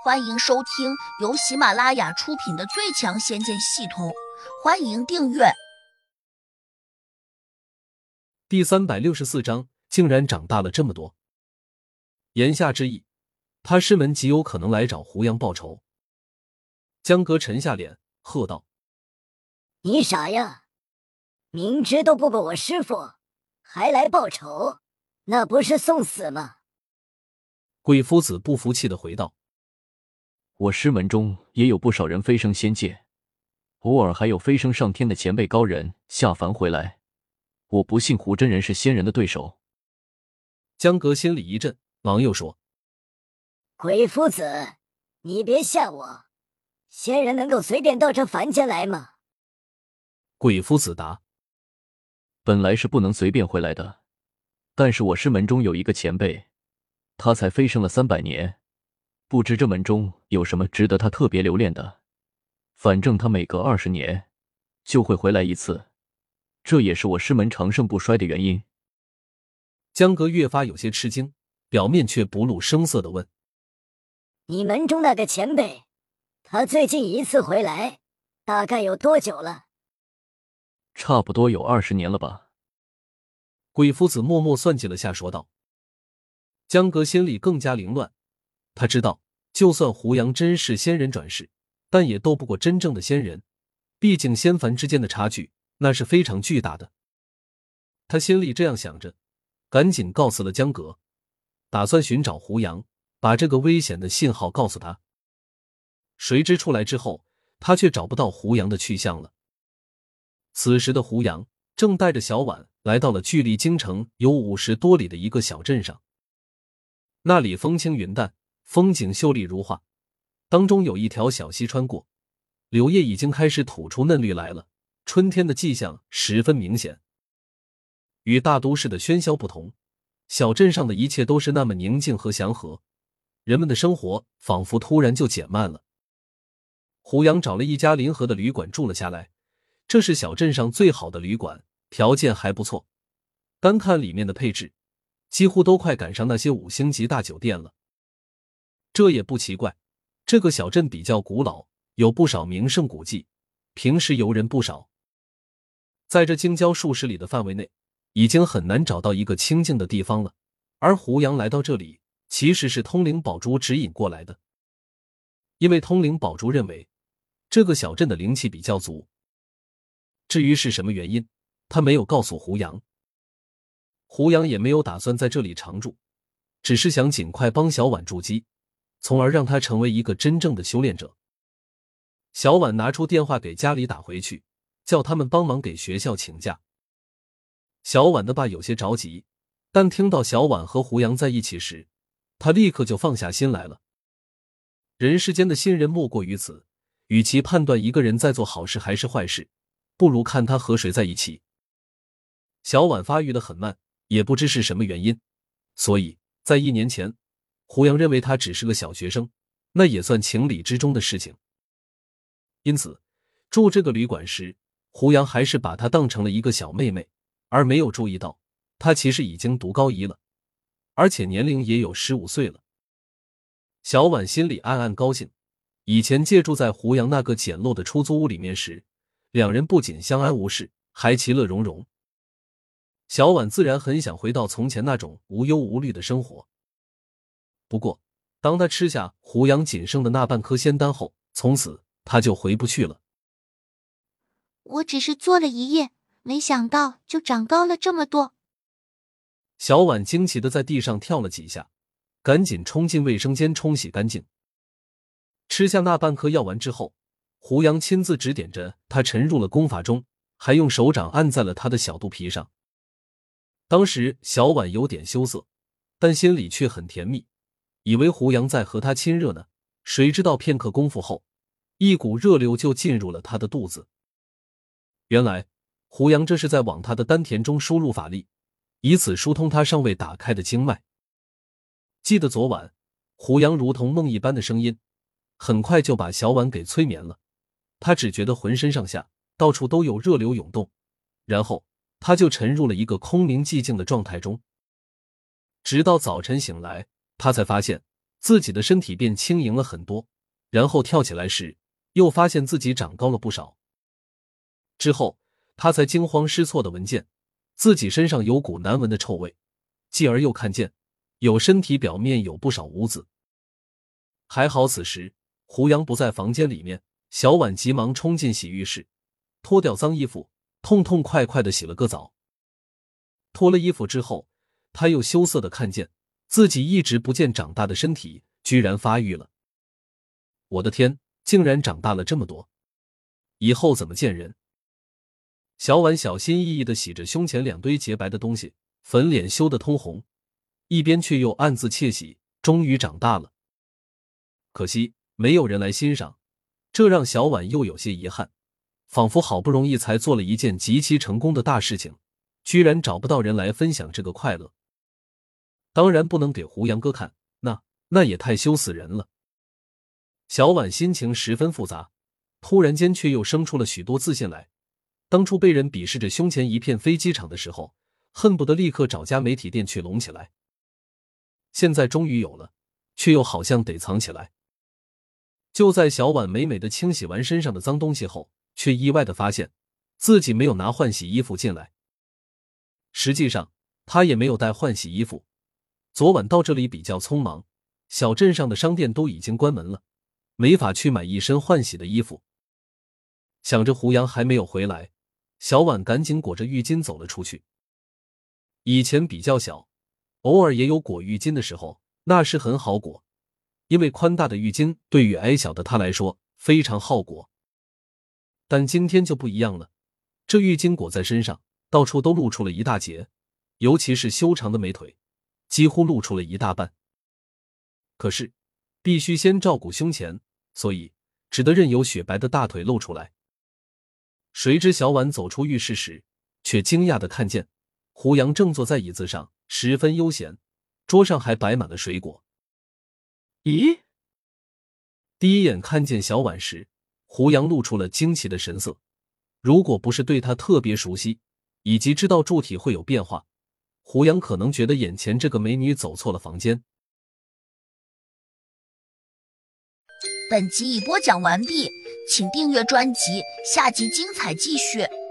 欢迎收听由喜马拉雅出品的《最强仙剑系统》，欢迎订阅。 第364章，竟然长大了这么多。言下之意，他师门极有可能来找胡杨报仇。江哥沉下脸，喝道：“ 你傻呀！明知都不过我师父，还来报仇，那不是送死吗？” 鬼夫子不服气地回道：“ 我师门中也有不少人飞升仙界，偶尔还有飞升上天的前辈高人下凡回来，我不信胡真人是仙人的对手。” 江哥心里一震，忙又说：“ 鬼夫子，你别吓我，仙人能够随便到这凡间来吗？” 鬼夫子答：“ 本来是不能随便回来的，但是我师门中有一个前辈，他才飞升了300年，不知这门中有什么值得他特别留恋的。反正他每隔20年就会回来一次，这也是我师门长盛不衰的原因。” 江哥越发有些吃惊，表面却不露声色地问：“ 你门中那个前辈，他最近一次回来大概有多久了？”“ 差不多有20年了吧。” 鬼夫子默默算计了下，说道。江哥心里更加凌乱，他知道就算胡杨真是仙人转世，但也斗不过真正的仙人，毕竟仙凡之间的差距那是非常巨大的。他心里这样想着，赶紧告诉了江哥，打算寻找胡杨，把这个危险的信号告诉他。谁知出来之后，他却找不到胡杨的去向了。此时的胡杨正带着小婉来到了距离京城有50多里的一个小镇上。那里风轻云淡，风景秀丽如画，当中有一条小溪穿过，柳叶已经开始吐出嫩绿来了，春天的迹象十分明显。与大都市的喧嚣不同，小镇上的一切都是那么宁静和祥和，人们的生活仿佛突然就减慢了。胡杨找了一家临河的旅馆住了下来，这是小镇上最好的旅馆，条件还不错，单看里面的配置，几乎都快赶上那些5星级大酒店了。这也不奇怪，这个小镇比较古老，有不少名胜古迹，平时游人不少。在这京郊数十里的范围内，已经很难找到一个清静的地方了，而胡杨来到这里，其实是通灵宝珠指引过来的。因为通灵宝珠认为，这个小镇的灵气比较足。至于是什么原因，他没有告诉胡杨。胡杨也没有打算在这里常住，只是想尽快帮小婉筑基，从而让她成为一个真正的修炼者。小婉拿出电话给家里打回去，叫他们帮忙给学校请假。小婉的爸有些着急，但听到小婉和胡杨在一起时，他立刻就放下心来了。人世间的信任莫过于此，与其判断一个人在做好事还是坏事，不如看他和谁在一起。小婉发育得很慢，也不知是什么原因，所以在1年前，胡杨认为他只是个小学生，那也算情理之中的事情。因此，住这个旅馆时，胡杨还是把她当成了一个小妹妹，而没有注意到她其实已经读高1了，而且年龄也有15岁了。小婉心里暗暗高兴，以前借住在胡杨那个简陋的出租屋里面时，两人不仅相安无事，还其乐融融。小婉自然很想回到从前那种无忧无虑的生活。不过，当她吃下胡杨仅剩的那半颗仙丹后，从此她就回不去了。 我只是坐了1夜，没想到就长高了这么多。 小婉惊奇地在地上跳了几下，赶紧冲进卫生间冲洗干净。吃下那半颗药丸之后，胡杨亲自指点着她沉入了功法中，还用手掌按在了她的小肚皮上。当时小婉有点羞涩，但心里却很甜蜜，以为胡杨在和她亲热呢，谁知道片刻功夫后，一股热流就进入了她的肚子。原来胡杨这是在往她的丹田中输入法力，以此疏通她尚未打开的经脉。记得昨晚胡杨如同梦一般的声音，很快就把小婉给催眠了。她只觉得浑身上下到处都有热流涌动，然后他就沉入了一个空明寂静的状态中。直到早晨醒来，他才发现自己的身体便轻盈了很多，然后跳起来时，又发现自己长高了不少。之后，他才惊慌失措地闻见自己身上有股难闻的臭味，继而又看见有身体表面有不少污渍。还好此时胡杨不在房间里面，小婉急忙冲进洗浴室，脱掉脏衣服，痛痛快快地洗了个澡。脱了衣服之后，他又羞涩地看见自己一直不见长大的身体居然发育了。我的天，竟然长大了这么多，以后怎么见人？小婉小心翼翼地洗着胸前2堆洁白的东西，粉脸羞得通红，一边却又暗自窃喜，终于长大了。可惜没有人来欣赏，这让小婉又有些遗憾，仿佛好不容易才做了一件极其成功的大事情，居然找不到人来分享这个快乐。当然不能给胡杨哥看，那也太羞死人了。小婉心情十分复杂，突然间却又生出了许多自信来。当初被人鄙视着胸前一片飞机场的时候，恨不得立刻找家媒体店去拢起来。现在终于有了，却又好像得藏起来。就在小婉美美的清洗完身上的脏东西后，却意外地发现自己没有拿换洗衣服进来。实际上她也没有带换洗衣服，昨晚到这里比较匆忙，小镇上的商店都已经关门了，没法去买一身换洗的衣服。想着胡杨还没有回来，小婉赶紧裹着浴巾走了出去。以前比较小，偶尔也有裹浴巾的时候，那时很好裹，因为宽大的浴巾对于矮小的她来说非常好裹。但今天就不一样了，这浴巾裹在身上，到处都露出了一大截，尤其是修长的美腿，几乎露出了一大半。可是必须先照顾胸前，所以只得任由雪白的大腿露出来。谁知小婉走出浴室时，却惊讶地看见胡杨正坐在椅子上，十分悠闲，桌上还摆满了水果。咦？第一眼看见小婉时，胡杨露出了惊奇的神色。如果不是对他特别熟悉，以及知道柱体会有变化，胡杨可能觉得眼前这个美女走错了房间。 本集已播讲完毕，请订阅专辑，下集精彩继续。